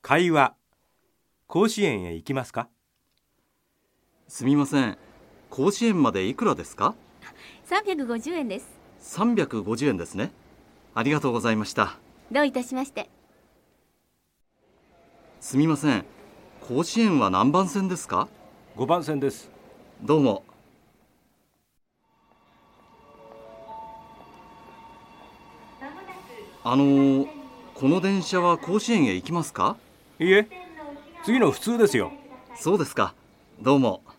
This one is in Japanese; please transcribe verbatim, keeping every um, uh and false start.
会話。甲子園へ行きますか？ すみません。甲子園までいくらですか？ さんびゃくごじゅうえんです。 さんびゃくごじゅうえんですね。ありがとうございました。 どういたしまして。 すみません。甲子園は何番線ですか？ ごばん線です。 どうも。あのー、この電車は甲子園へ行きますか？ いいえ、次の普通ですよ。 そうですか。どうも。